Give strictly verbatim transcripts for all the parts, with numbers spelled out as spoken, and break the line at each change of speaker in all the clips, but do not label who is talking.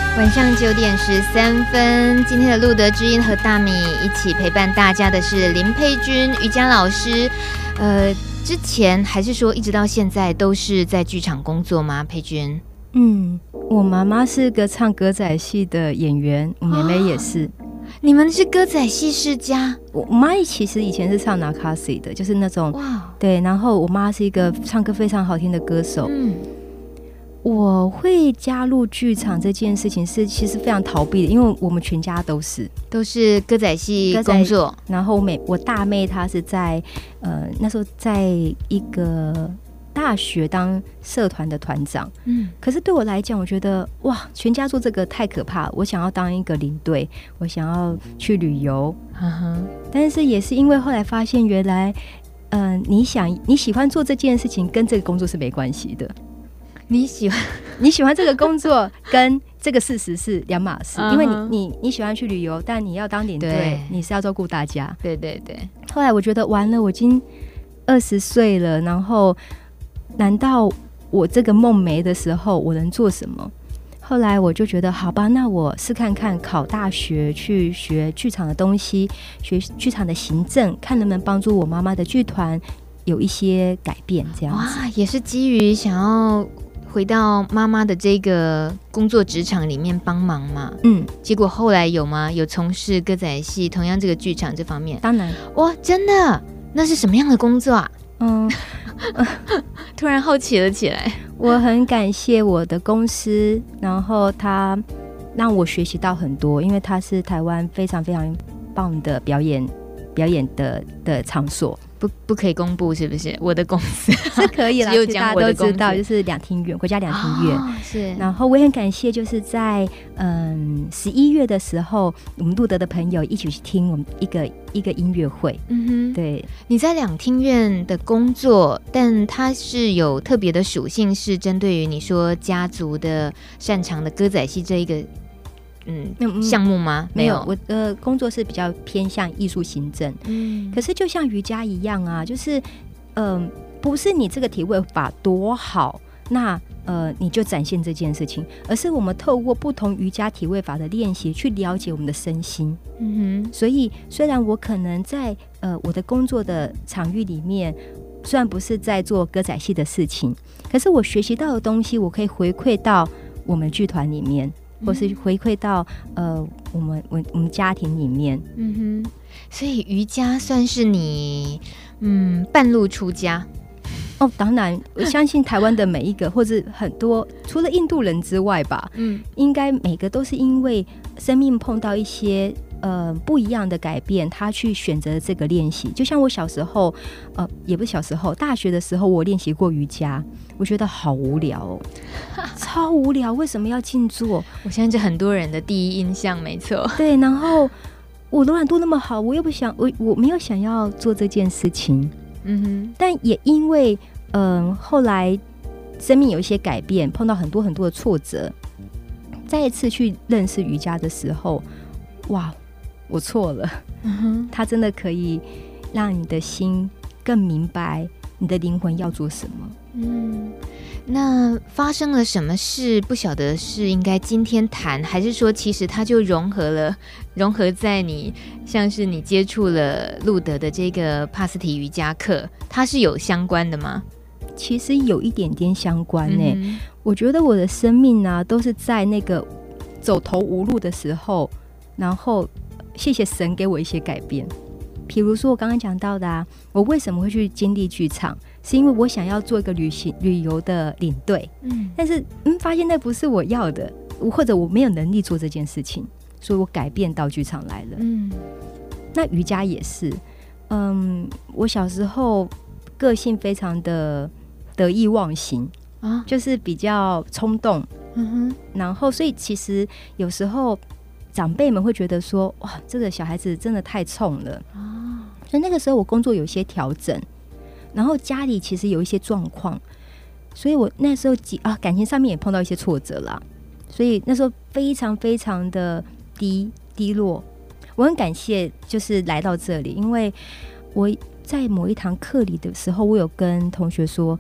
晚上九点十三分，今天的露德之音和大米一起陪伴大家的是林佩君瑜伽老师。呃，之前还是说一直到现在都是在剧场工作吗？佩君？
嗯，我妈妈是个唱歌仔戏的演员，我妹妹也是。哦，
你们是歌仔戏世家？
我妈其实以前是唱拿卡西的，就是那种哇，对。然后我妈是一个唱歌非常好听的歌手。嗯。我会加入剧场这件事情是其实非常逃避的，因为我们全家都是
都是歌仔戏工作。
然后我我大妹她是在呃那时候在一个大学当社团的团长。嗯，可是对我来讲，我觉得哇，全家做这个太可怕了。我想要当一个领队，我想要去旅游。嗯，但是也是因为后来发现，原来嗯、呃，你想你喜欢做这件事情，跟这个工作是没关系的。
你喜欢
你喜欢这个工作跟这个事实是两码事， uh-huh. 因为你你你喜欢去旅游，但你要当领队，你是要照顾大家。
对对对。
后来我觉得完了，我已经二十岁了，然后难道我这个梦没的时候，我能做什么？后来我就觉得，好吧，那我试看看考大学，去学剧场的东西，学剧场的行政，看能不能帮助我妈妈的剧团有一些改变。这样子
哇，也是基于想要回到妈妈的这个工作职场里面帮忙嘛。嗯，结果后来有吗？有从事歌仔戏，同样这个剧场这方面？
当然。
哇，真的？那是什么样的工作啊？嗯，突然好奇了起来。
我很感谢我的公司，然后他让我学习到很多，因为他是台湾非常非常棒的表演表演的的场所。
不不可以公布是不是？我的公司
是可以啦，其实大家都知道，就是两厅院，国家两厅院。哦，是。然后我也很感谢，就是在嗯十一月的时候，我们路德的朋友一起去听我们一个一个音乐会。嗯哼，对。
你在两厅院的工作，但它是有特别的属性，是针对于你说家族的擅长的歌仔戏这一个。嗯，项目吗？
没有，我的工作是比较偏向艺术行政。嗯，可是就像瑜伽一样啊，就是嗯、呃，不是你这个体位法多好，那呃你就展现这件事情，而是我们透过不同瑜伽体位法的练习，去了解我们的身心。嗯哼，所以虽然我可能在呃我的工作的场域里面，虽然不是在做歌仔戏的事情，可是我学习到的东西，我可以回馈到我们剧团里面。或是回馈到呃我们我我们家庭里面。嗯
哼，所以瑜伽算是你嗯半路出家。
哦，当然，我相信台湾的每一个，或者很多除了印度人之外吧，嗯，应该每个都是因为生命碰到一些呃不一样的改变，他去选择这个练习。就像我小时候，呃，也不是小时候，大学的时候我练习过瑜伽，我觉得好无聊哦，超无聊，为什么要静坐？
我相信这很多人的第一印象，没错。
对，然后我柔软度那么好，我又不想，我我没有想要做这件事情。嗯哼，但也因为嗯、呃、后来生命有一些改变，碰到很多很多的挫折，再一次去认识瑜伽的时候，哇，我错了。嗯哼，它真的可以让你的心更明白你的灵魂要做什么。
嗯，那发生了什么事？不晓得是应该今天谈，还是说其实它就融合了，融合在你像是你接触了路德的这个帕斯提瑜伽课，它是有相关的吗？
其实有一点点相关欸。嗯，我觉得我的生命啊，都是在那个走投无路的时候，然后谢谢神给我一些改变。比如说我刚刚讲到的啊，我为什么会去经历剧场，是因为我想要做一个旅行旅游的领队。嗯，但是嗯发现那不是我要的，或者我没有能力做这件事情，所以我改变到剧场来了。嗯，那瑜伽也是。嗯，我小时候个性非常的得意忘形啊，就是比较冲动。嗯哼，然后所以其实有时候长辈们会觉得说，哇，这个小孩子真的太冲了啊。所以那个时候我工作有一些调整，然后家里其实有一些状况，所以我那时候啊感情上面也碰到一些挫折啦，所以那时候非常非常的低低落。我很感谢就是来到这里，因为我在某一堂课里的时候，我有跟同学说，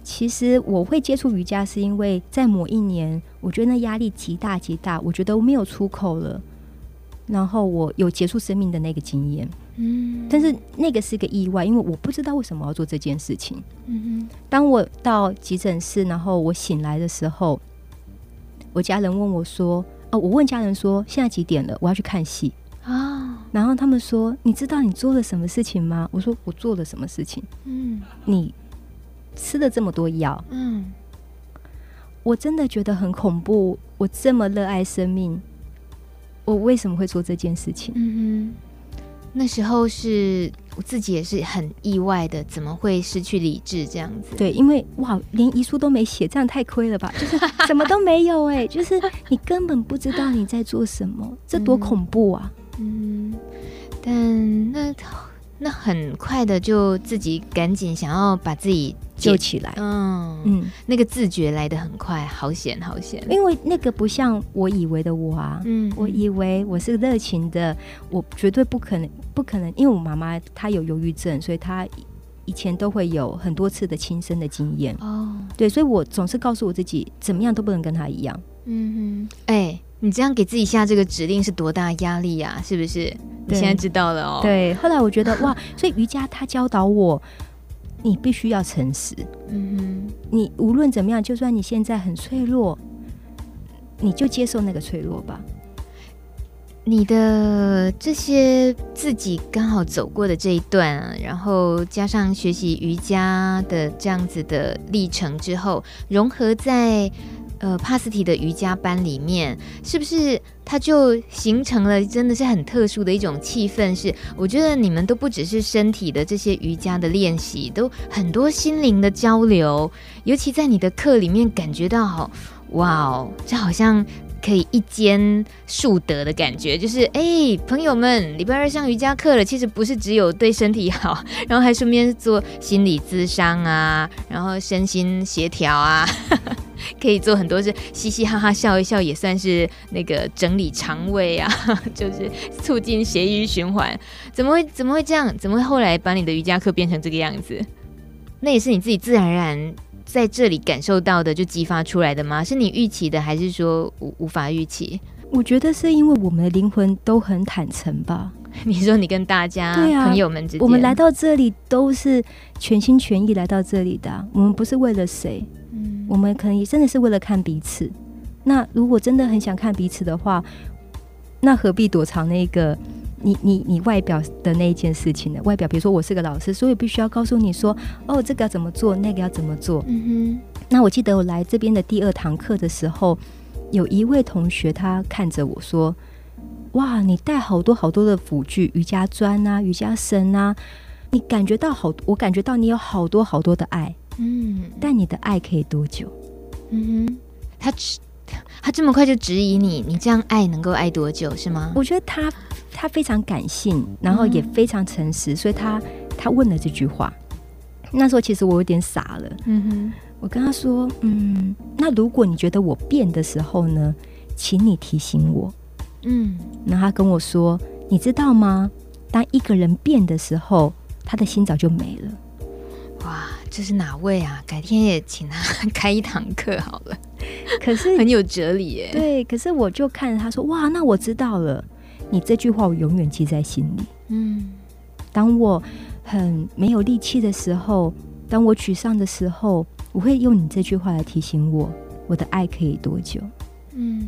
其实我会接触瑜伽是因为在某一年我觉得那压力极大极大，我觉得我没有出口了，然后我有结束生命的那个经验。嗯，但是那个是个意外，因为我不知道为什么要做这件事情。嗯哼，当我到急诊室，然后我醒来的时候，我家人问我说：“哦，我问家人说现在几点了？我要去看戏啊。”然后他们说：“你知道你做了什么事情吗？”我说：“我做了什么事情？”嗯，你吃了这么多药，嗯，我真的觉得很恐怖。我这么热爱生命，我为什么会做这件事情？嗯
哼。那时候是我自己也是很意外的，怎么会失去理智这样子？
对，因为哇，连遗书都没写，这样太亏了吧？就是什么都没有哎、欸，就是你根本不知道你在做什么，这多恐怖啊！嗯，
但那那很快的就自己赶紧想要把自己
救起来，
嗯嗯，那个自觉来得很快，好险好险，
因为那个不像我以为的我啊，嗯，我以为我是热情的，我绝对不可能不可能，因为我妈妈她有忧郁症，所以她以前都会有很多次的轻生的经验，哦，对，所以我总是告诉我自己，怎么样都不能跟她一样，
嗯哼，哎、欸，你这样给自己下这个指令是多大压力啊？是不是？你现在知道了哦。
对，后来我觉得哇，所以瑜伽它教导我，你必须要诚实。嗯哼，你无论怎么样，就算你现在很脆弱，你就接受那个脆弱吧。
你的这些自己刚好走过的这一段啊，然后加上学习瑜伽的这样子的历程之后，融合在呃帕斯提的瑜伽班里面，是不是它就形成了真的是很特殊的一种气氛？是我觉得你们都不只是身体的这些瑜伽的练习，都很多心灵的交流，尤其在你的课里面感觉到好哇哦，这好像可以一兼数得的感觉，就是哎、欸，朋友们，礼拜二上瑜伽课了，其实不是只有对身体好，然后还顺便做心理諮商啊，然后身心协调啊，呵呵，可以做很多是嘻嘻哈哈笑一笑，也算是那个整理肠胃啊，就是促进血液循环。怎么会怎么会这样？怎么会后来把你的瑜伽课变成这个样子？那也是你自己自然而然在这里感受到的就激发出来的吗？是你预期的，还是说 无, 无法预期？
我觉得是因为我们的灵魂都很坦诚吧。
你说你跟大家、啊、朋友们之间，
我们来到这里都是全心全意来到这里的、啊，我们不是为了谁、嗯，我们可能也真的是为了看彼此。那如果真的很想看彼此的话，那何必躲藏那个你你你外表的那一件事情呢？外表，比如说我是个老师，所以必须要告诉你说，哦，这个要怎么做，那个要怎么做。嗯哼。那我记得我来这边的第二堂课的时候，有一位同学他看着我说：“哇，你带好多好多的辅具，瑜伽砖啊，瑜伽绳啊，你感觉到好，我感觉到你有好多好多的爱。嗯，但你的爱可以多久？”
嗯哼，他他这么快就质疑你，你这样爱能够爱多久是吗？
我觉得他他非常感性，然后也非常诚实，所以他他问了这句话。那时候其实我有点傻了，嗯哼，我跟他说，嗯，那如果你觉得我变的时候呢，请你提醒我。嗯，然后他跟我说，你知道吗？当一个人变的时候，他的心早就没了。
哇，这是哪位啊？改天也请他开一堂课好了。
可是
很有哲理耶。
对，可是我就看着他说，哇，那我知道了，你这句话我永远记在心里。嗯，当我很没有力气的时候，当我沮丧的时候，我会用你这句话来提醒我，我的爱可以多久。嗯，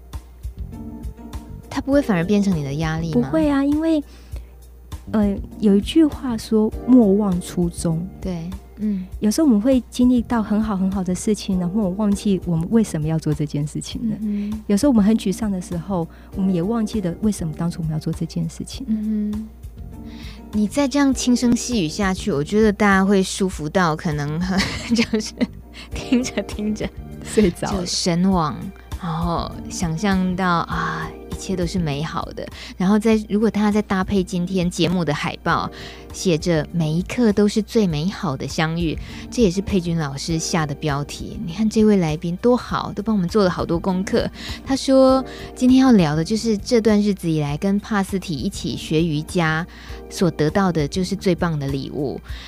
它不会反而变成你的压力吗？
不会啊，因为呃，有一句话说莫忘初衷。
对，嗯，有
时候我们会经历到很好很好的事情，然后我忘记我们为什么要做这件事情了。嗯，有时候我们很沮丧的时候，我们也忘记了为什么当初我们要做这件事情。嗯，
你再这样轻声细语下去，我觉得大家会舒服到可能就是听着听着
睡着了，
就神往，然后想象到啊一切都是美好的，然后再如果大家再搭配今天节目的海报，写着每一刻都是最美好的相遇，这也是佩君老师下的标题。你看这位来宾多好，都帮我们做了好多功课。他说今天要聊的就是这段日子以来跟帕斯提一起学瑜伽所得到的就是最棒的礼物。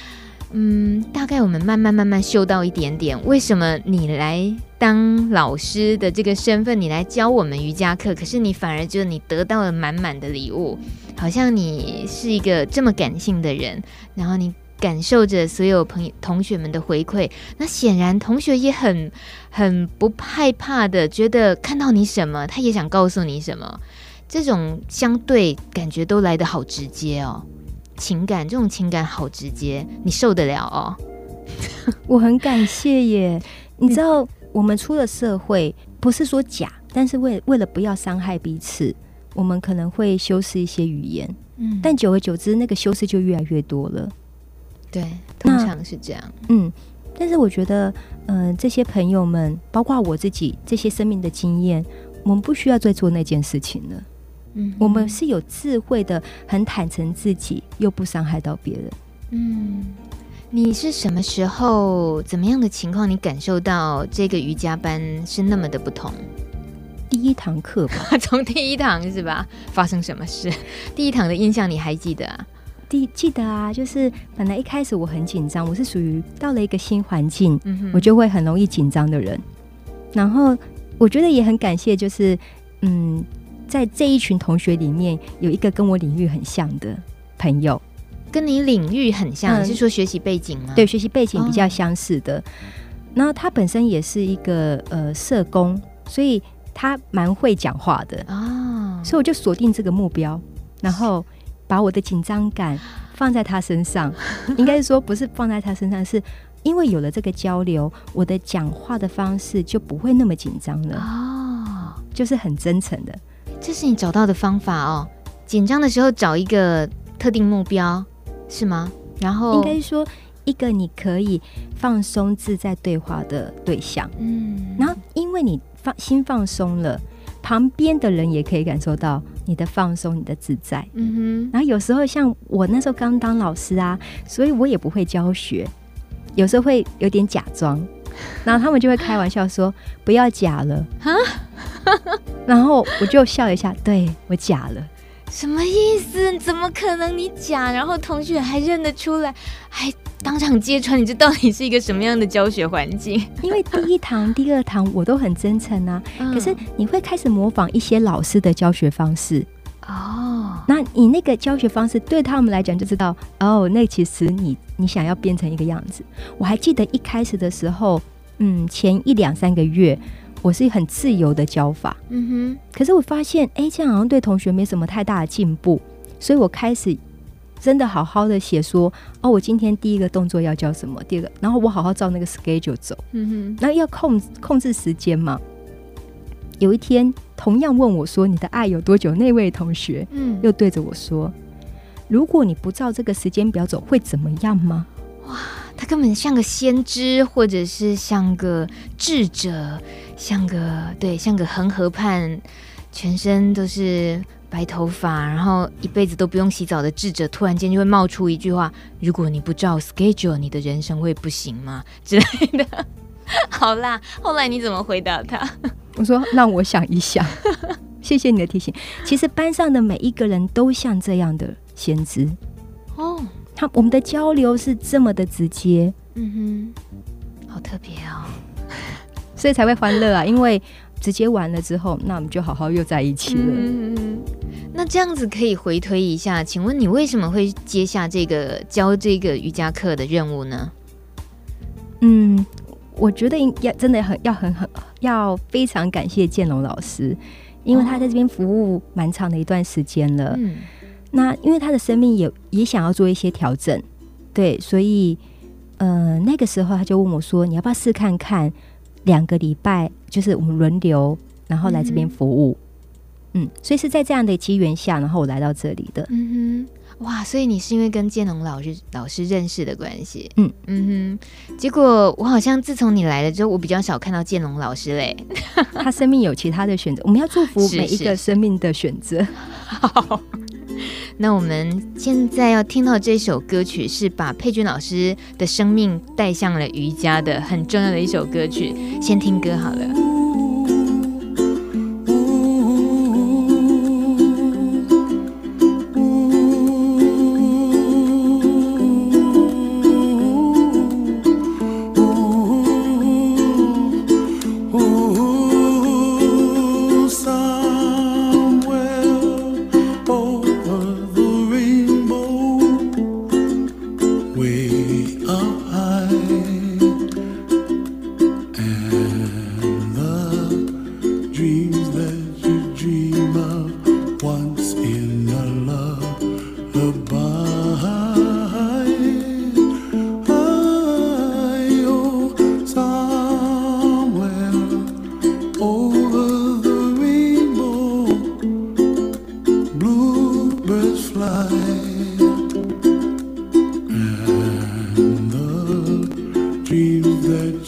嗯，大概我们慢慢慢慢嗅到一点点，为什么你来当老师的这个身份，你来教我们瑜伽课，可是你反而觉得你得到了满满的礼物，好像你是一个这么感性的人，然后你感受着所有朋友同学们的回馈，那显然同学也很很不害怕的，觉得看到你什么，他也想告诉你什么，这种相对感觉都来得好直接哦。情感，这种情感好直接，你受得了哦？
我很感谢耶。你知道，我们出了社会，不是说假，但是为为了不要伤害彼此，我们可能会修饰一些语言。嗯，但久而久之，那个修饰就越来越多了。
对，通常是这样。嗯，
但是我觉得，嗯、呃，这些朋友们，包括我自己，这些生命的经验，我们不需要再做那件事情了。嗯，我们是有智慧的，很坦诚自己，又不伤害到别人。
嗯，你是什么时候、怎么样的情况，你感受到这个瑜伽班是那么的不同？
第一堂课吧，
从第一堂是吧？发生什么事？第一堂的印象你还记得啊？
第记得啊，就是本来一开始我很紧张，我是属于到了一个新环境、嗯，我就会很容易紧张的人。然后我觉得也很感谢，就是嗯。在这一群同学里面，有一个跟我领域很像的朋友，
跟你领域很像，嗯、你是说学习背景吗？
对，学习背景比较相似的。然后他本身也是一个呃社工，所以他蛮会讲话的哦。所以我就锁定这个目标，然后把我的紧张感放在他身上。应该是说不是放在他身上，是因为有了这个交流，我的讲话的方式就不会那么紧张了哦，就是很真诚的。
这是你找到的方法哦。紧张的时候找一个特定目标是吗？然后
应该说一个你可以放松自在对话的对象。嗯，然后因为你放心放松了，旁边的人也可以感受到你的放松、你的自在。嗯哼。然后有时候像我那时候刚当老师啊，所以我也不会教学，有时候会有点假装。然后他们就会开玩笑说不要假了然后我就笑一下，对，我假了。
什么意思？怎么可能你假，然后同学还认得出来，还当场揭穿，你这到底是一个什么样的教学环境？
因为第一堂第二堂我都很真诚啊、嗯、可是你会开始模仿一些老师的教学方式哦，那你那个教学方式对他们来讲就知道哦，那其实你你想要变成一个样子。我还记得一开始的时候，嗯，前一两三个月我是很自由的教法，嗯哼，可是我发现哎，这样好像对同学没什么太大的进步，所以我开始真的好好的写说哦，我今天第一个动作要教什么，第二个，然后我好好照那个 schedule 走，嗯哼，然后要控控制时间嘛。有一天同样问我说你的爱有多久，那位同学、嗯、又对着我说，如果你不照这个时间表走会怎么样吗？
哇，他根本像个先知，或者是像个智者，像个对，像个恒河畔全身都是白头发，然后一辈子都不用洗澡的智者，突然间就会冒出一句话，如果你不照 schedule 你的人生会不行吗之类的。好啦，后来你怎么回答他？
我说让我想一想谢谢你的提醒。其实班上的每一个人都像这样的先知哦，他我们的交流是这么的直接，
嗯哼，好特别哦
所以才会欢乐啊，因为直接完了之后，那我们就好好又在一起了。嗯，
那这样子可以回推一下，请问你为什么会接下这个教这个瑜伽课的任务呢？
嗯，我觉得要真的很要很很要非常感谢建龙老师，因为他在这边服务蛮长的一段时间了、嗯、那因为他的生命也也想要做一些调整，对，所以呃那个时候他就问我说你要不要试看看两个礼拜就是我们轮流然后来这边服务。 嗯, 嗯，所以是在这样的机缘下然后我来到这里的。
嗯哼，哇，所以你是因为跟建龙老师老师认识的关系。嗯嗯哼，结果我好像自从你来了之后，我比较少看到建龙老师嘞。
他生命有其他的选择，我们要祝福每一个生命的选择。
好，那我们现在要听到这首歌曲是把佩君老师的生命带向了瑜伽的很重要的一首歌曲，先听歌好了。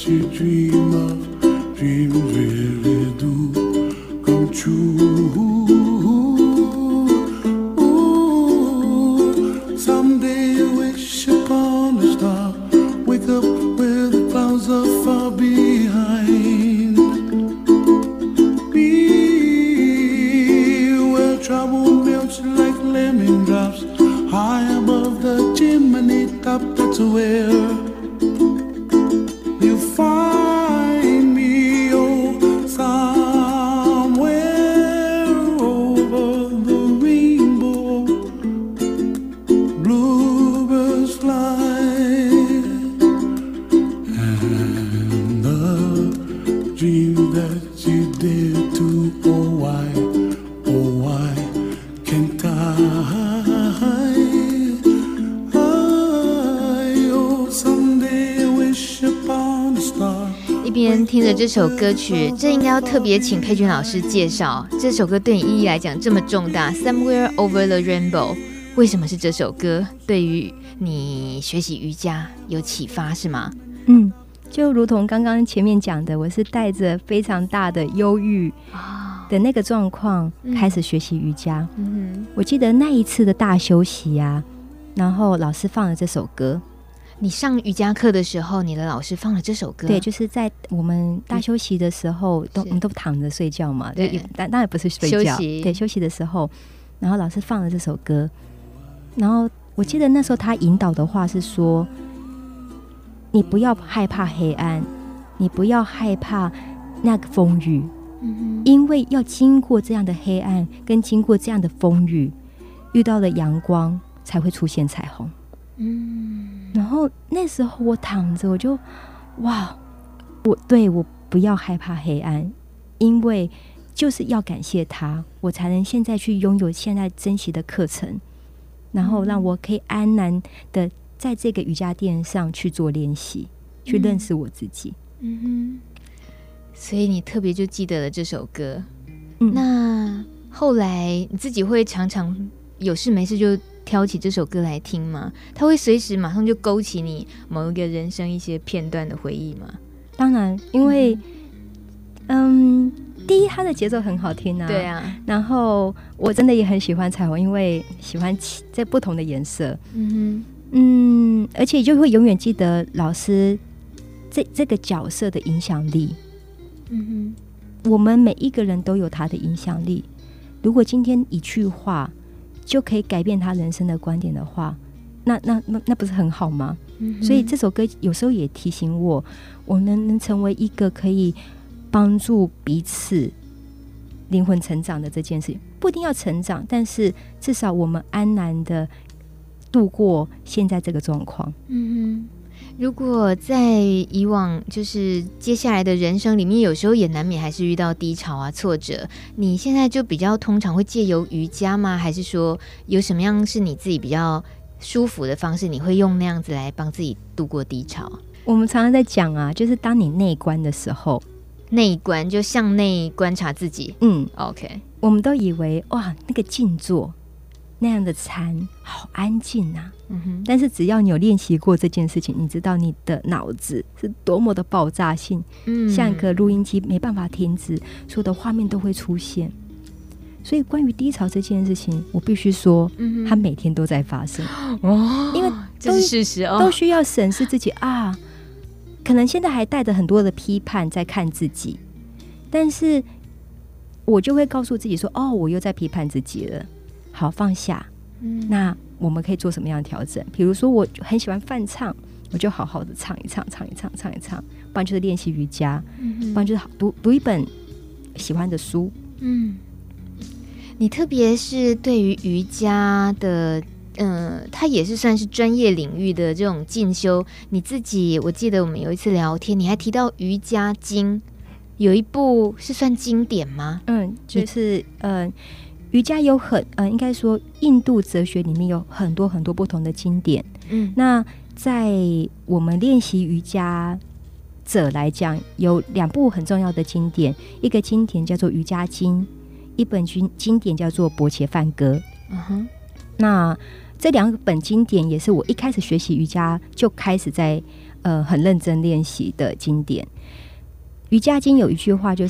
you dream of, dreams really do come true. Ooh, someday you wish upon a star, wake up where the clouds are far behind me, where trouble melts like lemon drops high above the chimney top. That's where you find me, oh, somewhere over the rainbow. Bluebirds fly, and the dream that you dare to, oh why, oh why can't I?
一边听着这首歌曲，这应该要特别请佩君老师介绍这首歌对你意义来讲这么重大。 Somewhere Over the Rainbow 为什么是这首歌对于你学习瑜伽有启发是吗？
嗯，就如同刚刚前面讲的，我是带着非常大的忧郁的那个状况开始学习瑜伽、嗯嗯、我记得那一次的大休息啊，然后老师放了这首歌。
你上瑜伽课的时候你的老师放了这首歌？
对，就是在我们大休息的时候、嗯、都你都躺着睡觉嘛，对，当然不是睡觉，休息，对，休息的时候，然后老师放了这首歌，然后我记得那时候他引导的话是说，你不要害怕黑暗，你不要害怕那个风雨、嗯、因为要经过这样的黑暗跟经过这样的风雨，遇到了阳光才会出现彩虹。嗯，然后那时候我躺着，我就哇，我对我不要害怕黑暗，因为就是要感谢他，我才能现在去拥有现在珍惜的课程，然后让我可以安然的在这个瑜伽垫上去做练习、嗯、去认识我自己。嗯哼，
所以你特别就记得了这首歌。嗯，那后来你自己会常常有事没事就挑起这首歌来听吗？它会随时马上就勾起你某一个人生一些片段的回忆吗？
当然，因为嗯, 嗯，第一它的节奏很好听啊，
对啊，
然后我真的也很喜欢彩虹，因为喜欢在不同的颜色。嗯哼，嗯，而且就会永远记得老师这这个角色的影响力。嗯哼，我们每一个人都有他的影响力，如果今天一句话就可以改变他人生的观点的话，那那那那不是很好吗？嗯、所以这首歌有时候也提醒我，我们能成为一个可以帮助彼此灵魂成长的这件事情，不一定要成长，但是至少我们安然的度过现在这个状况。嗯
哼，如果在以往就是接下来的人生里面，有时候也难免还是遇到低潮啊挫折，你现在就比较通常会借由瑜伽吗？还是说有什么样是你自己比较舒服的方式，你会用那样子来帮自己度过低潮？
我们常常在讲啊，就是当你内观的时候，
内观就向内观察自己。嗯 OK，
我们都以为哇那个静坐那样的禅好安静啊、嗯、哼，但是只要你有练习过这件事情，你知道你的脑子是多么的爆炸性、嗯、像一个录音机没办法停止，所有的画面都会出现。所以关于低潮这件事情，我必须说、嗯、它每天都在发生、哦、因为
这是事实、哦、
都需要审视自己啊，可能现在还带着很多的批判在看自己，但是我就会告诉自己说，哦，我又在批判自己了，好，放下、嗯、那我们可以做什么样的调整？比如说我很喜欢泛唱，我就好好的唱一唱唱一唱唱一唱，不然就是练习瑜伽、嗯、不然就是读读一本喜欢的书。嗯，
你特别是对于瑜伽的嗯，它也是算是专业领域的这种进修，你自己我记得我们有一次聊天，你还提到瑜伽经有一部是算经典吗？
嗯，就是呃瑜伽有很呃，应该说印度哲学里面有很多很多不同的经典。嗯，那在我们练习瑜伽者来讲，有两部很重要的经典，一个经典叫做瑜伽经，一本经典叫做薄伽梵歌。嗯哼，那这两本经典也是我一开始学习瑜伽就开始在呃很认真练习的经典。瑜伽经有一句话就是，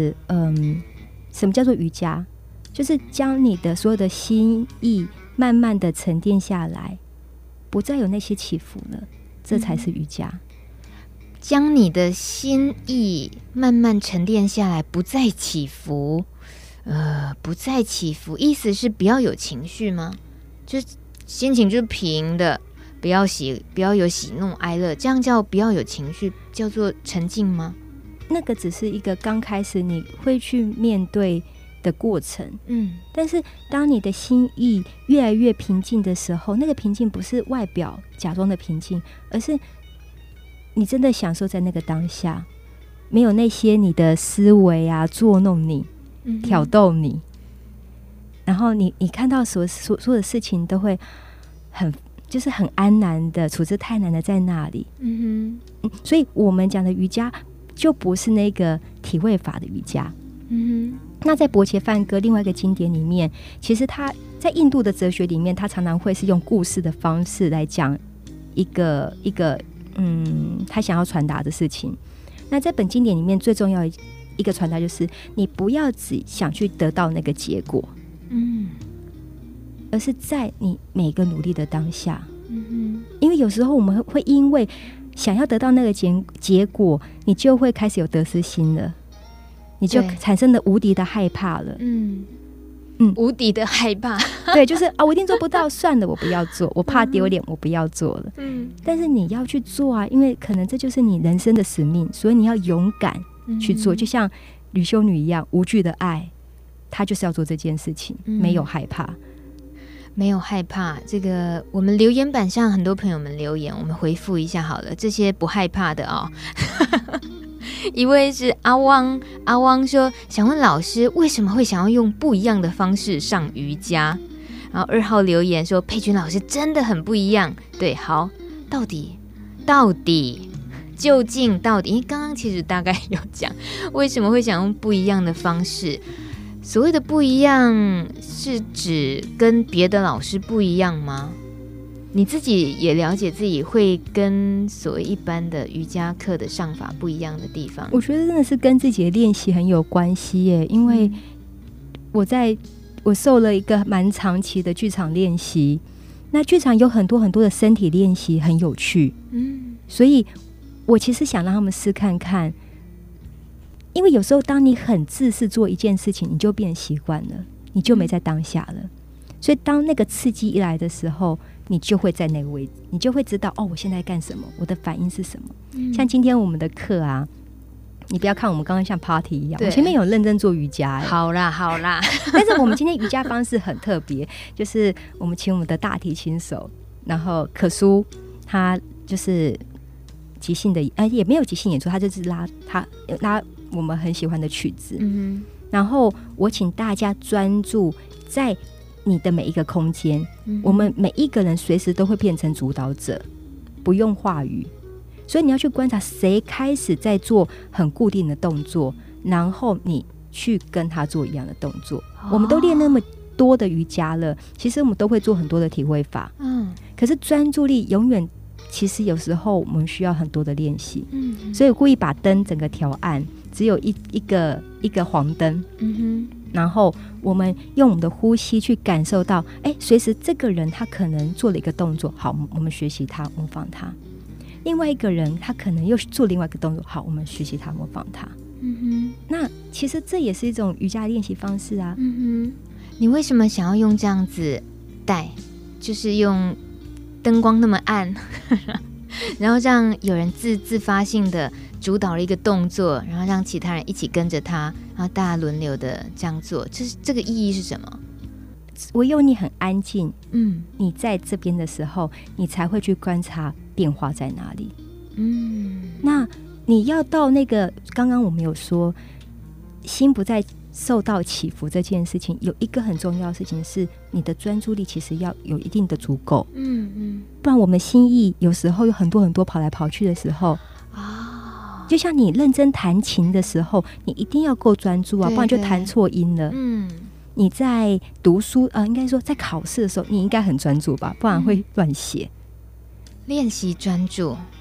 嗯，什么叫做瑜伽？就是将你的所有的心意慢慢的沉淀下来，不再有那些起伏了，这才是瑜伽。嗯，
将你的心意慢慢沉淀下来，不再起伏。呃，不再起伏，意思是不要有情绪吗？就是心情就是平的，不要喜，不要有喜怒哀乐，这样叫不要有情绪，叫做沉静吗？
那个只是一个刚开始你会去面对的过程，嗯，但是当你的心意越来越平静的时候，那个平静不是外表假装的平静，而是你真的享受在那个当下，没有那些你的思维啊捉弄你、嗯、挑逗你，然后你你看到所所所有的事情都会很就是很安然的处之泰然的在那里，嗯哼，所以我们讲的瑜伽就不是那个体位法的瑜伽。嗯哼，那在薄伽梵歌另外一个经典里面，其实他在印度的哲学里面，他常常会是用故事的方式来讲一个一个嗯他想要传达的事情。那在本经典里面最重要的一个传达就是，你不要只想去得到那个结果，嗯，而是在你每个努力的当下，嗯哼，因为有时候我们会因为想要得到那个结结果，你就会开始有得失心了。你就产生了无敌的害怕了，嗯
嗯，无敌的害怕，
对，就是啊，我一定做不到，算了，我不要做，我怕丢脸，我不要做了。嗯，但是你要去做啊，因为可能这就是你人生的使命，所以你要勇敢去做，嗯、就像吕修女一样，无惧的爱，她就是要做这件事情，嗯、没有害怕。
没有害怕，这个我们留言板上很多朋友们留言，我们回复一下好了，这些不害怕的哦。一位是阿汪，阿汪说想问老师为什么会想要用不一样的方式上瑜伽，然后二号留言说佩君老师真的很不一样。对，好，到底到底究竟到底，因为刚刚其实大概有讲为什么会想用不一样的方式，所谓的不一样是指跟别的老师不一样吗？你自己也了解自己会跟所谓一般的瑜伽课的上法不一样的地方？
我觉得真的是跟自己的练习很有关系耶，因为我在我受了一个蛮长期的剧场练习，那剧场有很多很多的身体练习很有趣，嗯，所以我其实想让他们试看看，因为有时候当你很自私做一件事情，你就变习惯了，你就没在当下了，所以当那个刺激一来的时候，你就会在那个位置，你就会知道哦，我现在干什么，我的反应是什么。嗯、像今天我们的课啊，你不要看我们刚刚像 party 一样，我前面有认真做瑜伽。
好啦好啦，
但是我们今天瑜伽方式很特别，就是我们请我们的大提琴手，然后可苏他就是即兴的，呃，也没有即兴演出，他就是拉他拉我们很喜欢的曲子。嗯、然后我请大家专注在你的每一个空间，嗯、我们每一个人随时都会变成主导者，不用话语，所以你要去观察谁开始在做很固定的动作，然后你去跟他做一样的动作。哦、我们都练那么多的瑜伽了，其实我们都会做很多的体会法，嗯，可是专注力永远，其实有时候我们需要很多的练习，嗯，所以我故意把灯整个调暗，只有一一个一个黄灯，嗯哼。然后我们用我们的呼吸去感受到，哎，随时这个人他可能做了一个动作，好，我们学习他，模仿他；另外一个人他可能又做另外一个动作，好，我们学习他，模仿他。嗯哼，那其实这也是一种瑜伽练习方式啊。
嗯哼，你为什么想要用这样子带，就是用灯光那么暗，然后让有人自自发性的主导了一个动作，然后让其他人一起跟着他，然后大家轮流的这样做，这是这个意义是什么？
唯有你很安静，嗯，你在这边的时候，你才会去观察变化在哪里。嗯，那你要到那个刚刚我们有说，心不再受到起伏这件事情，有一个很重要的事情是，你的专注力其实要有一定的足够。嗯嗯，不然我们心意有时候有很多很多跑来跑去的时候啊，就像你认真弹琴的时候，你一定要够专注啊，不然就弹错音了。嗯，你在读书呃，应该说在考试的时候，你应该很专注吧，不然会乱写。
练习专注，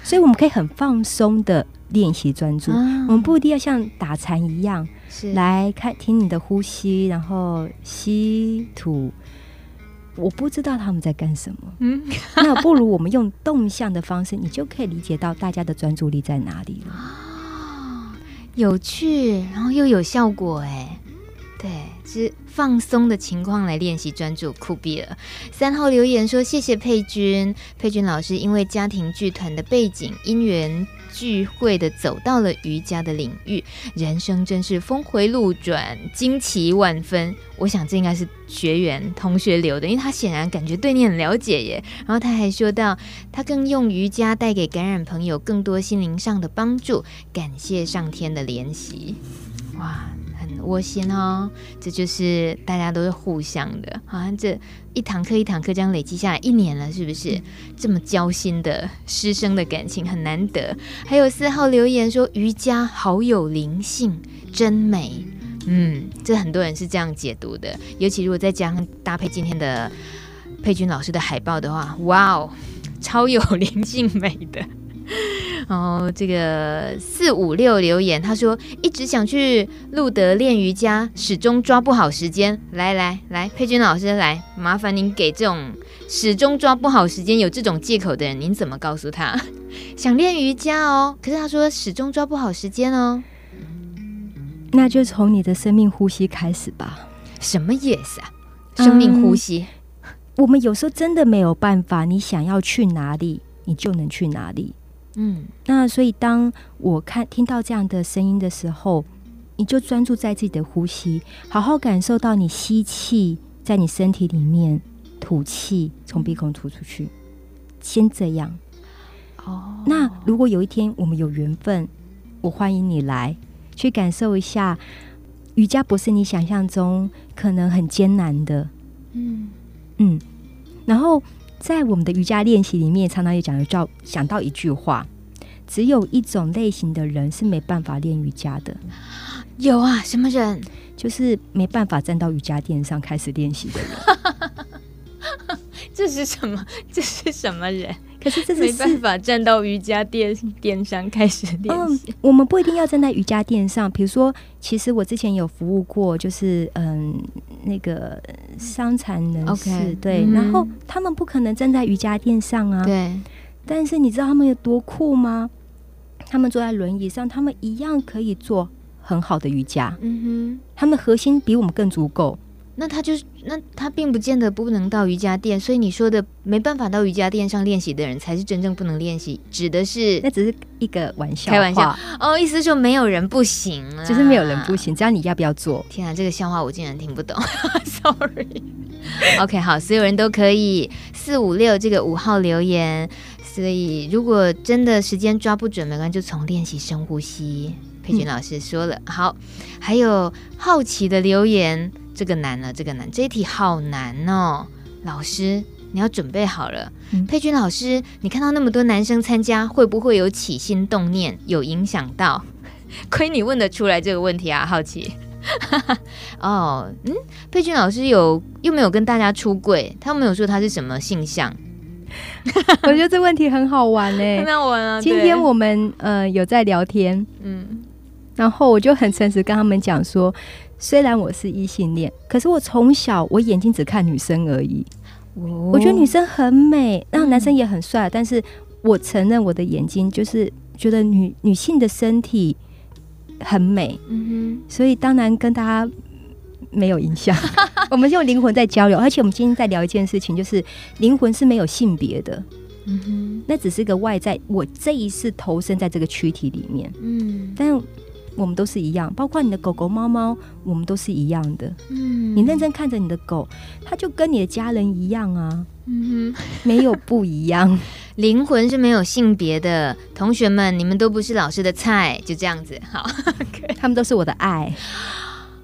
所以我们可以很放松的练习专注、
啊、
我们不一定要像打禅一样
是
来看听你的呼吸，然后吸吐，我不知道他们在干什么、嗯、那不如我们用动向的方式，你就可以理解到大家的专注力在哪里了、
哦、有趣，然后又有效果哎，对，是放松的情况来练习专注，酷毙了。三号留言说谢谢佩君，佩君老师因为家庭剧团的背景，因缘聚会的走到了瑜伽的领域，人生真是峰回路转，惊奇万分。我想这应该是学员同学留的，因为他显然感觉对你很了解耶。然后他还说到，他更用瑜伽带给感染朋友更多心灵上的帮助，感谢上天的怜惜。哇，很窝心哦，这就是大家都是互相的，好像这一堂课一堂课这样累积下来一年了，是不是？这么交心的师生的感情很难得。还有四号留言说瑜伽好有灵性，真美。嗯，这很多人是这样解读的，尤其如果再加上搭配今天的佩君老师的海报的话，哇哦，超有灵性美的。哦，这个四五六留言，他说一直想去路德练瑜伽，始终抓不好时间。来来来，佩君老师来，麻烦您给这种始终抓不好时间、有这种借口的人，您怎么告诉他想练瑜伽哦？可是他说始终抓不好时间哦。
那就从你的生命呼吸开始吧。
什么意思啊？生命呼吸、
嗯、我们有时候真的没有办法，你想要去哪里你就能去哪里。嗯，那所以当我看听到这样的声音的时候，你就专注在自己的呼吸，好好感受到你吸气在你身体里面，吐气从鼻孔吐出去，先这样。哦，那如果有一天我们有缘分，我欢迎你来去感受一下，瑜伽不是你想象中可能很艰难的。嗯嗯，然后在我们的瑜伽练习里面，常常也讲到讲到一句话，只有一种类型的人是没办法练瑜伽的。
有啊，什么人？
就是没办法站到瑜伽垫上开始练习的人。
这是什么？这是什么人？
可是这是
没办法站到瑜伽垫垫上开始练习、
嗯。我们不一定要站在瑜伽垫上，比如说，其实我之前有服务过，就是嗯，那个伤残人士，
okay,
对、嗯，然后他们不可能站在瑜伽垫上啊，
对。
但是你知道他们有多酷吗？他们坐在轮椅上，他们一样可以做很好的瑜伽。嗯哼，他们核心比我们更足够。
那他就是，那他并不见得不能到瑜伽垫，所以你说的没办法到瑜伽垫上练习的人，才是真正不能练习，指的是
那只是一个玩笑话，
开玩笑哦，意思是说没有人不行啊，
就是没有人不行，只要你要不要做。
天啊，这个笑话我竟然听不懂，sorry。OK， 好，所有人都可以四五六这个五号留言，所以如果真的时间抓不准，没关系，就从练习深呼吸。佩君老师说了、嗯、好，还有好奇的留言。这个难了，这个难，这一题好难哦！老师，你要准备好了。嗯、佩君老师，你看到那么多男生参加，会不会有起心动念，有影响到？亏你问得出来这个问题啊，好奇。哦，嗯，佩君老师有又没有跟大家出柜？他没有说他是什么性向。
我觉得这问题很好玩哎、欸，
很好玩啊！
今天我们呃有在聊天，嗯，然后我就很诚实跟他们讲说。虽然我是异性恋，可是我从小我眼睛只看女生而已、哦、我觉得女生很美，然后男生也很帅、嗯、但是我承认我的眼睛就是觉得女女性的身体很美、嗯、所以当然跟大家没有影响我们用灵魂在交流，而且我们今天在聊一件事情，就是灵魂是没有性别的、嗯、哼，那只是个外在，我这一世投身在这个躯体里面，嗯，但我们都是一样，包括你的狗狗猫猫我们都是一样的、嗯、你认真看着你的狗，它就跟你的家人一样啊、嗯、没有不一样
灵魂是没有性别的，同学们你们都不是老师的菜，就这样子好他
们都是我的爱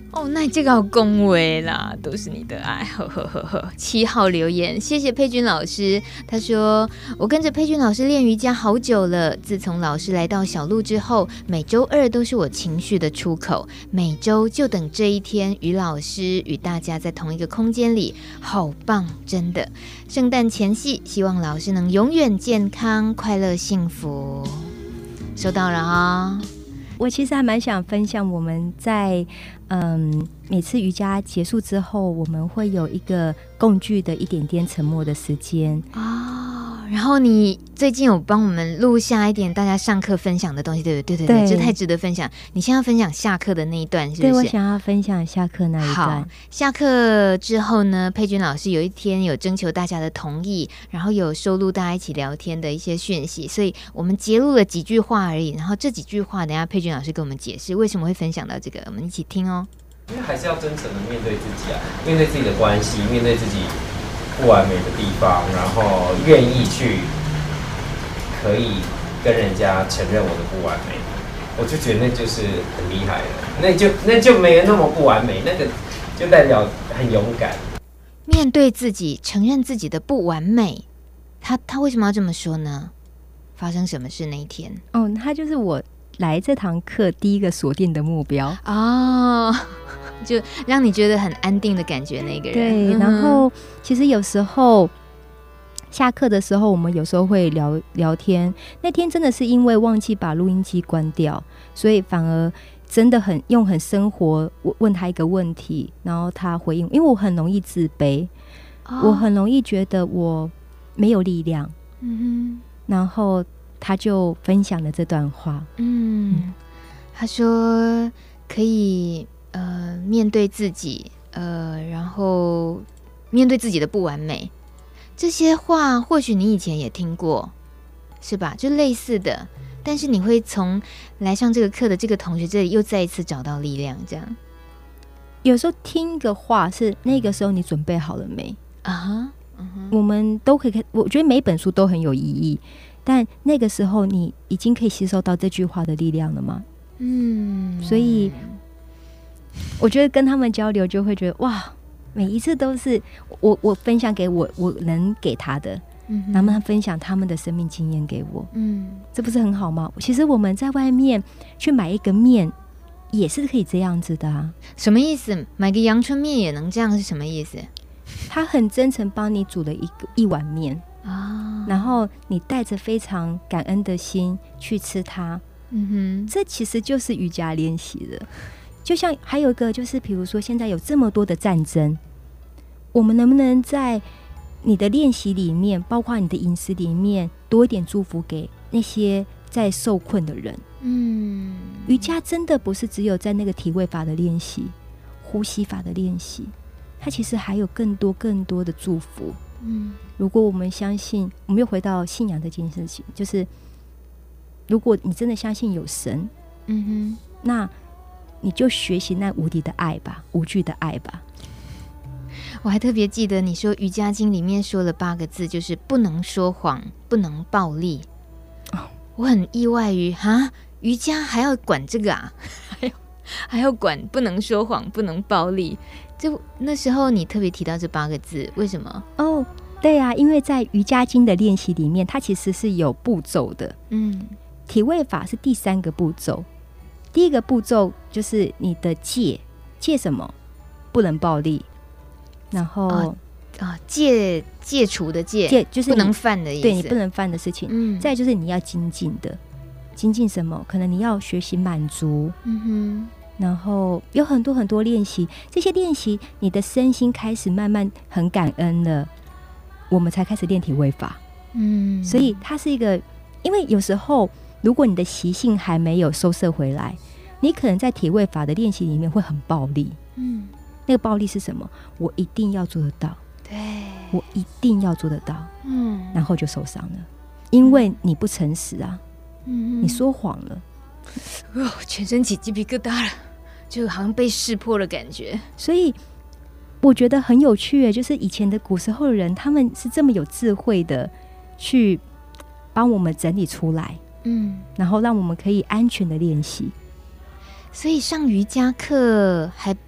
哦，那这个好恭维啦，都是你的爱，呵呵呵呵。七号留言，谢谢佩君老师，他说我跟着佩君老师练瑜伽好久了，自从老师来到小路之后，每周二都是我情绪的出口，每周就等这一天与老师与大家在同一个空间里，好棒，真的。圣诞前夕，希望老师能永远健康、快乐、幸福。收到了啊、哦。
我其实还蛮想分享，我们在嗯每次瑜伽结束之后，我们会有一个共聚的一点点沉默的时间
哦。然后你最近有帮我们录下一点大家上课分享的东西，对不对？对对对，这太值得分享。你现在要分享下课的那一段，是不是？
对，我想要分享下课那一段。
好，下课之后呢，佩君老师有一天有征求大家的同意，然后有收录大家一起聊天的一些讯息，所以我们截录了几句话而已。然后这几句话，等一下佩君老师跟我们解释为什么会分享到这个，我们一起听哦。
因为还是要真诚的面对自己啊，面对自己的关系，面对自己不完美的地方，然后愿意去可以跟人家承认我的不完美，我就觉得那就是很厉害了，那就那就没有那么不完美，那个就代表很勇敢。
面对自己，承认自己的不完美，他他为什么要这么说呢？发生什么事那一天？
哦，他就是我来这堂课第一个锁定的目标
哦，就让你觉得很安定的感觉那个人。
对，嗯、然后其实有时候下课的时候，我们有时候会聊聊天。那天真的是因为忘记把录音机关掉，所以反而真的很用很生活问他一个问题，然后他回应。因为我很容易自卑，哦、我很容易觉得我没有力量。嗯哼，然后他就分享了这段话。
嗯，嗯他说可以呃面对自己，呃，然后面对自己的不完美。这些话或许你以前也听过，是吧？就类似的，但是你会从来上这个课的这个同学这里又再一次找到力量，这样。
有时候听一个话是那个时候你准备好了没啊？
嗯、
我们都可以看，我觉得每本书都很有意义，但那个时候你已经可以吸收到这句话的力量了吗？嗯，所以我觉得跟他们交流就会觉得哇。每一次都是我我分享给我我能给他的，嗯，然后他分享他们的生命经验给我，嗯，这不是很好吗？其实我们在外面去买一个面也是可以这样子的啊。
什么意思？买个阳春面也能这样是什么意思？
他很真诚帮你煮了一个一碗面啊，然后你带着非常感恩的心去吃它，嗯哼，这其实就是瑜伽练习的。就像还有一个就是，比如说现在有这么多的战争，我们能不能在你的练习里面，包括你的饮食里面，多一点祝福给那些在受困的人？嗯，瑜伽真的不是只有在那个体位法的练习、呼吸法的练习，它其实还有更多更多的祝福。嗯，如果我们相信，我们又回到信仰这件事情，就是如果你真的相信有神，嗯哼，那你就学习那无敌的爱吧，无惧的爱吧。
我还特别记得你说瑜伽经里面说了八个字，就是不能说谎，不能暴力。哦、我很意外于哈，瑜伽还要管这个啊，还要还要管不能说谎，不能暴力。就那时候你特别提到这八个字，为什么？
哦，对啊，因为在瑜伽经的练习里面，它其实是有步骤的。嗯，体位法是第三个步骤。第一个步骤就是你的戒，戒什么？不能暴力。然后啊、
哦哦，戒戒除的戒，
戒就是
不能犯的意思，
对你不能犯的事情。嗯，再就是你要精进的，精进什么？可能你要学习满足。嗯哼，然后有很多很多练习，这些练习你的身心开始慢慢很感恩了，我们才开始练体位法。嗯，所以它是一个，因为有时候如果你的习性还没有收摄回来，你可能在体位法的练习里面会很暴力。嗯，那个暴力是什么？我一定要做得到，
对，
我一定要做得到。嗯，然后就受伤了，因为你不诚实啊，嗯，你说谎了。
哦，全身起鸡皮疙瘩了，就好像被识破的感觉。
所以我觉得很有趣耶，就是以前的古时候的人，他们是这么有智慧的去帮我们整理出来，嗯，然后让我们可以安全的练习。
所以上瑜伽课还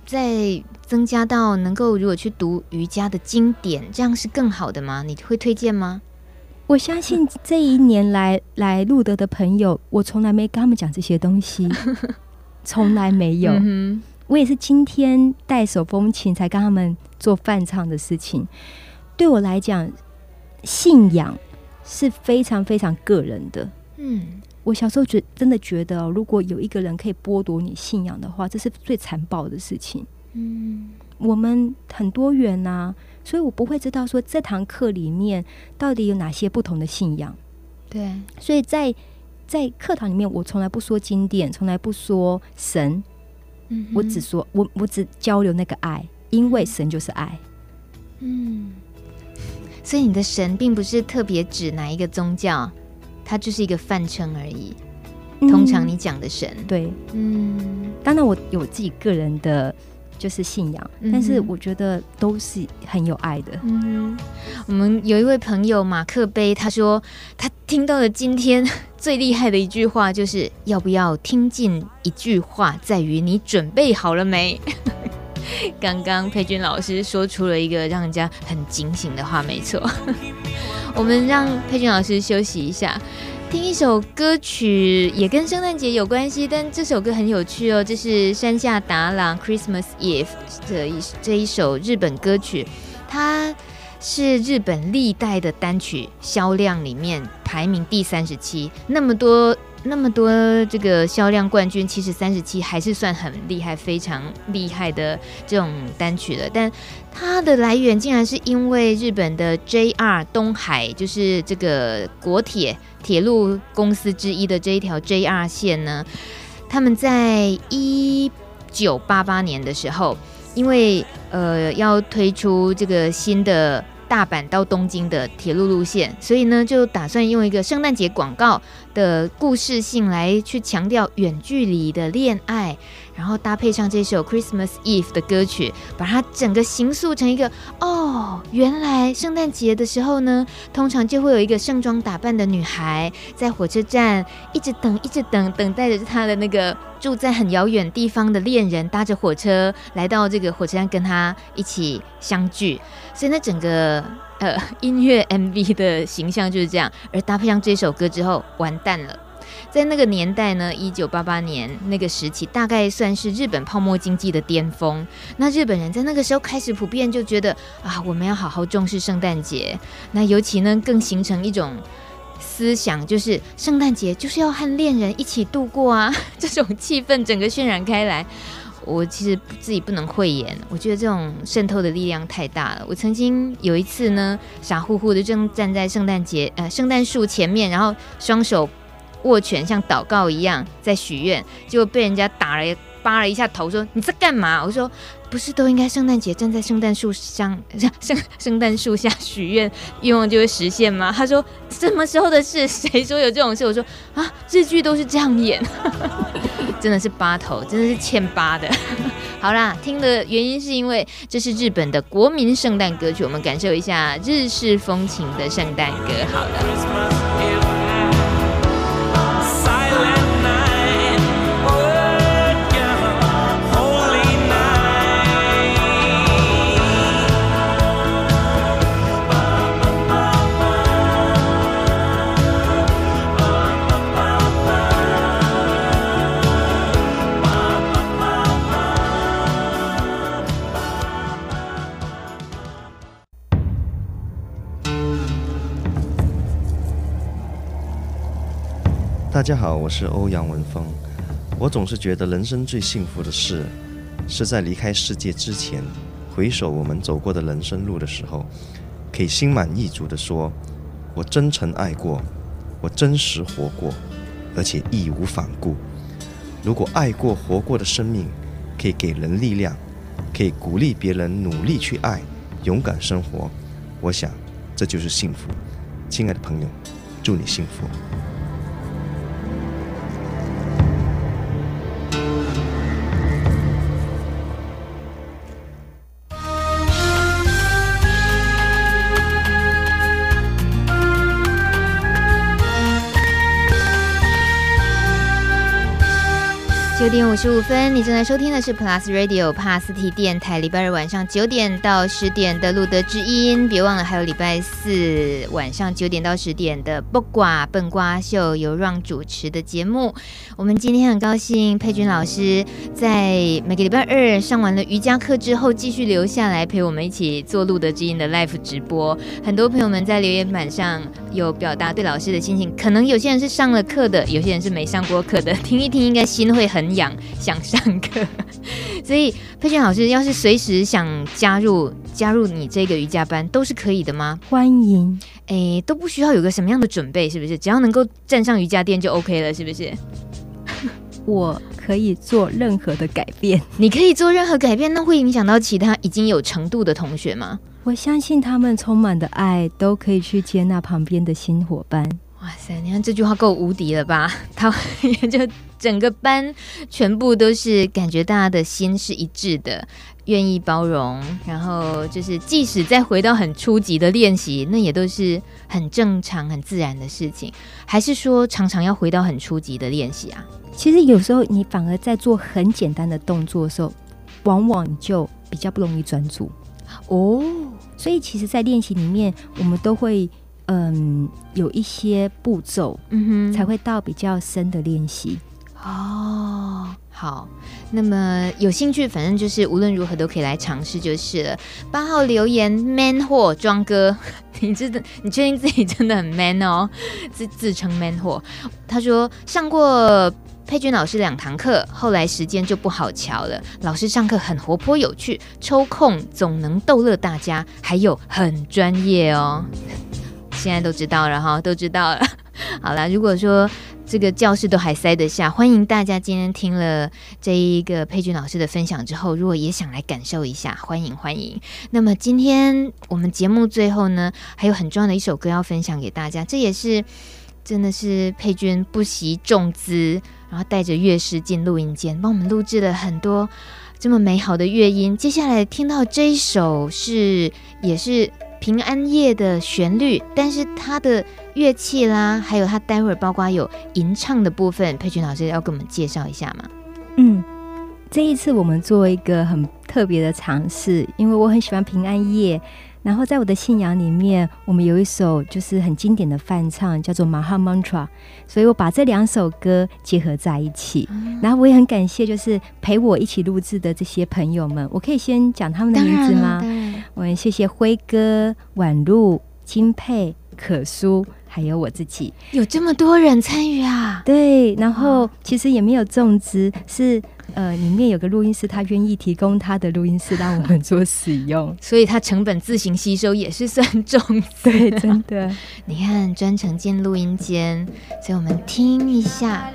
再增加到能够如果去读瑜伽的经典，这样是更好的吗？你会推荐吗？
我相信这一年来来路德的朋友，我从来没跟他们讲这些东西，从来没有、嗯、我也是今天带手风琴才跟他们做伴唱的事情。对我来讲，信仰是非常非常个人的。嗯，我小时候觉真的觉得、哦、如果有一个人可以剥夺你信仰的话，这是最残暴的事情。嗯，我们很多元啊，所以我不会知道说这堂课里面到底有哪些不同的信仰。
对，
所以在在课堂里面，我从来不说经典，从来不说神、嗯、我只说我我只交流那个爱，因为神就是爱。
嗯，所以你的神并不是特别指哪一个宗教，它就是一个泛称而已。通常你讲的神、
嗯、对，嗯，当然我有自己个人的就是信仰、嗯、但是我觉得都是很有爱的。
嗯，我们有一位朋友马克杯，他说他听到了今天最厉害的一句话，就是要不要听进一句话在于你准备好了没。刚刚佩君老师说出了一个让人家很警醒的话，没错。我们让佩君老师休息一下，听一首歌曲，也跟圣诞节有关系，但这首歌很有趣哦，这是山下达郎 Christmas Eve 的这一首日本歌曲，它是日本历代的单曲销量里面排名第三十七，那么多那么多这个销量冠军，其实三十七还是算很厉害，非常厉害的这种单曲了。但它的来源竟然是因为日本的 J R 东海，就是这个国铁铁路公司之一的这一条 J R 线呢，他们在一九八八年的时候，因为呃要推出这个新的大阪到东京的铁路路线，所以呢就打算用一个圣诞节广告的故事性来去强调远距离的恋爱，然后搭配上这首 Christmas Eve 的歌曲，把它整个形塑成一个哦，原来圣诞节的时候呢，通常就会有一个盛装打扮的女孩在火车站一直等一直等，等待着她的那个住在很遥远地方的恋人搭着火车来到这个火车站跟她一起相聚，所以那整个呃音乐 M V 的形象就是这样，而搭配上这首歌之后完蛋了。在那个年代呢，一九八八年那个时期大概算是日本泡沫经济的巅峰，那日本人在那个时候开始普遍就觉得啊，我们要好好重视圣诞节，那尤其呢更形成一种思想，就是圣诞节就是要和恋人一起度过啊，这种气氛整个渲染开来。我其实自己不能讳言，我觉得这种渗透的力量太大了。我曾经有一次呢，傻乎乎的正站在圣诞节呃圣诞树前面，然后双手握拳像祷告一样在许愿，结果被人家打了扒了一下头，说你在干嘛？我说不是都应该圣诞节站在圣诞树上圣圣诞树下许愿，愿望就会实现吗？他说什么时候的事？谁说有这种事？我说啊，日剧都是这样演。真的是扒头，真的是欠扒的。好啦，听的原因是因为这是日本的国民圣诞歌曲，我们感受一下日式风情的圣诞歌。好了。
大家好，我是欧阳文峰。我总是觉得人生最幸福的事，是在离开世界之前，回首我们走过的人生路的时候，可以心满意足地说，我真诚爱过，我真实活过，而且义无反顾。如果爱过活过的生命可以给人力量，可以鼓励别人努力去爱，勇敢生活，我想这就是幸福。亲爱的朋友，祝你幸福。
九点五十五分，你正在收听的是 Plus Radio 帕斯提电台，礼拜日晚上九点到十点的路德之音，别忘了还有礼拜四晚上九点到十点的卜卦笨瓜秀，由 Ron 主持的节目。我们今天很高兴佩君老师在每个礼拜二上完了瑜伽课之后，继续留下来陪我们一起做路德之音的 live 直播。很多朋友们在留言板上有表达对老师的心情，可能有些人是上了课的，有些人是没上过课的，听一听应该心会很痒，想上课。所以佩君老师要是随时想加入加入你这个瑜伽班都是可以的吗？
欢迎。
诶，都不需要有个什么样的准备，是不是？只要能够站上瑜伽垫就 OK 了，是不是？
我可以做任何的改变。
你可以做任何改变，那会影响到其他已经有程度的同学吗？
我相信他们充满的爱都可以去接纳旁边的新伙伴。
哇塞，你看这句话够无敌了吧？他也就整个班全部都是感觉大家的心是一致的，愿意包容，然后就是即使再回到很初级的练习，那也都是很正常很自然的事情。还是说常常要回到很初级的练习啊？
其实有时候你反而在做很简单的动作的时候，往往你就比较不容易专注
哦。
所以其实在练习里面我们都会嗯，有一些步骤，嗯哼，才会到比较深的练习。
哦，好，那么有兴趣，反正就是无论如何都可以来尝试就是了。八号留言 man 货庄哥，你真的，你确定自己真的很 man 哦？自自称 man 货。他说上过佩君老师两堂课，后来时间就不好瞧了。老师上课很活泼有趣，抽空总能逗乐大家，还有很专业哦。现在都知道了哈，都知道了。好啦，如果说这个教室都还塞得下，欢迎大家今天听了这一个佩君老师的分享之后，如果也想来感受一下，欢迎欢迎。那么今天我们节目最后呢，还有很重要的一首歌要分享给大家，这也是真的是佩君不惜重资，然后带着乐师进录音间，帮我们录制了很多这么美好的乐音。接下来听到这一首是也是平安夜的旋律，但是它的乐器啦，还有它待会儿包括有吟唱的部分，佩君老师要跟我们介绍一下吗？
嗯，这一次我们做一个很特别的尝试，因为我很喜欢平安夜，然后在我的信仰里面，我们有一首就是很经典的梵唱叫做 Maha Mantra， 所以我把这两首歌结合在一起、嗯、然后我也很感谢就是陪我一起录制的这些朋友们，我可以先讲他们的名字吗？我很谢谢辉哥、婉露、金佩、可舒，还有我自己。
有这么多人参与啊？
对，然后其实也没有重资，是呃，里面有个录音师，他愿意提供他的录音室让我们做使用，
所以他成本自行吸收也是算重资。
对，真的。
你看，专程进录音间，所以我们听一下。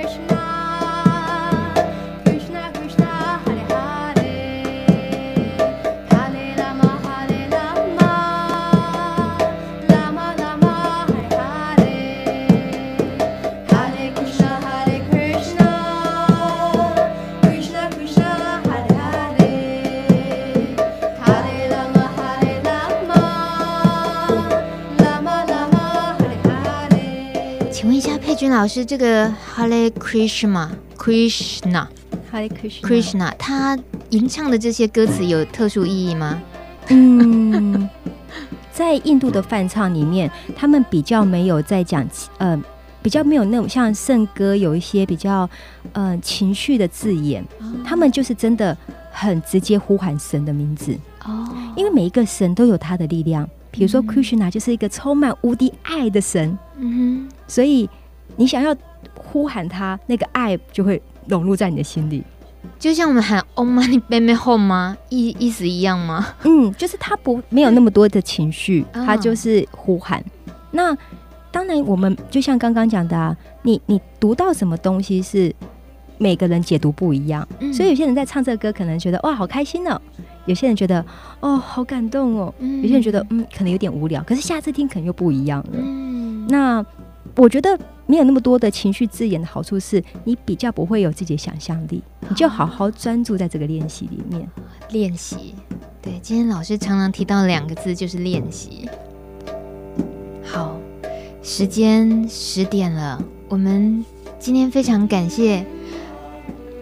君老师，这个 Hare Krishna Krishna
Hare Krishna
Krishna， 他吟唱的这些歌词有特殊意义吗？
嗯，在印度的梵唱里面，他们比较没有在讲，呃，比较没有那种像圣歌有一些比较呃情绪的字眼、哦，他们就是真的很直接呼喊神的名字哦，因为每一个神都有他的力量，比如说 Krishna 就是一个充满无敌爱的神，嗯哼，所以你想要呼喊他，那个爱就会融入在你的心里，
就像我们喊 Om Mani Padme Hum 吗？意意思一样吗？
嗯，就是他不没有那么多的情绪，他就是呼喊。那当然，我们就像刚刚讲的啊，你你读到什么东西是每个人解读不一样，嗯、所以有些人在唱这个歌，可能觉得哇好开心哦，有些人觉得哦好感动哦，嗯、有些人觉得嗯可能有点无聊，可是下次听可能又不一样了。嗯、那我觉得没有那么多的情绪字眼的好处是，你比较不会有自己的想象力，你就好好专注在这个练习里面。
练习，对，今天老师常常提到两个字，就是练习。好，时间十点了，我们今天非常感谢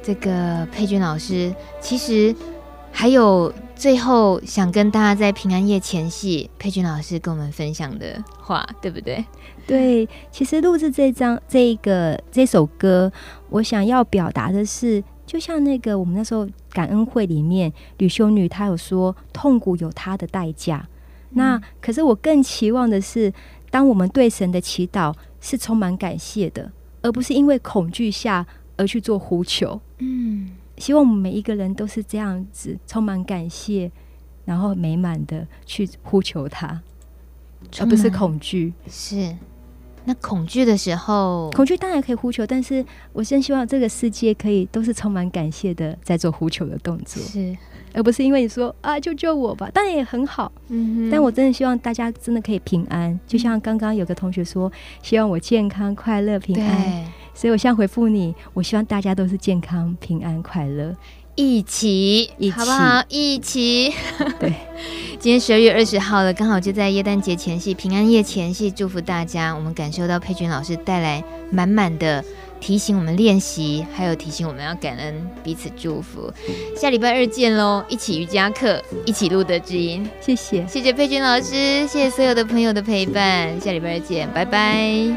这个佩君老师，其实还有最后想跟大家在平安夜前夕，佩君老师跟我们分享的话，对不对？
对，其实录制这张这个这首歌，我想要表达的是，就像那个我们那时候感恩会里面，吕修女她有说，痛苦有它的代价。嗯、那可是我更期望的是，当我们对神的祈祷是充满感谢的，而不是因为恐惧下而去做呼求。嗯，希望我们每一个人都是这样子，充满感谢，然后美满的去呼求他，而不是恐惧。
是。那恐惧的时候，
恐惧当然可以呼求，但是我真希望这个世界可以都是充满感谢的，在做呼求的动作，
是，
而不是因为你说啊救救我吧，当然也很好，嗯，但我真的希望大家真的可以平安。就像刚刚有个同学说，希望我健康、快乐、平安，所以我现在回复你，我希望大家都是健康、平安、快乐。
一起，
一起
好不好？一起。
对，
今天十二月二十号了，刚好就在耶诞节前夕、平安夜前夕，祝福大家。我们感受到佩君老师带来满满的提醒我们练习，还有提醒我们要感恩，彼此祝福。下礼拜二见喽！一起瑜伽课，一起录的知音。
谢谢，
谢谢佩君老师，谢谢所有的朋友的陪伴。下礼拜二见，拜拜。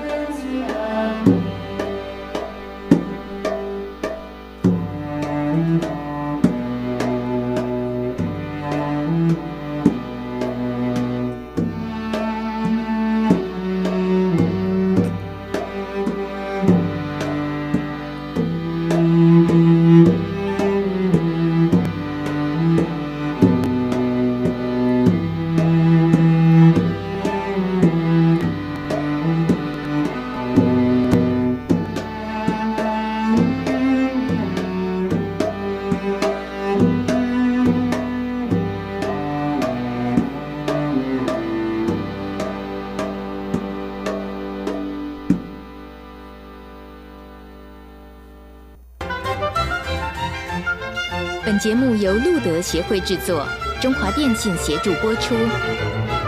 本节目由路德协会制作，中华电信协助播出。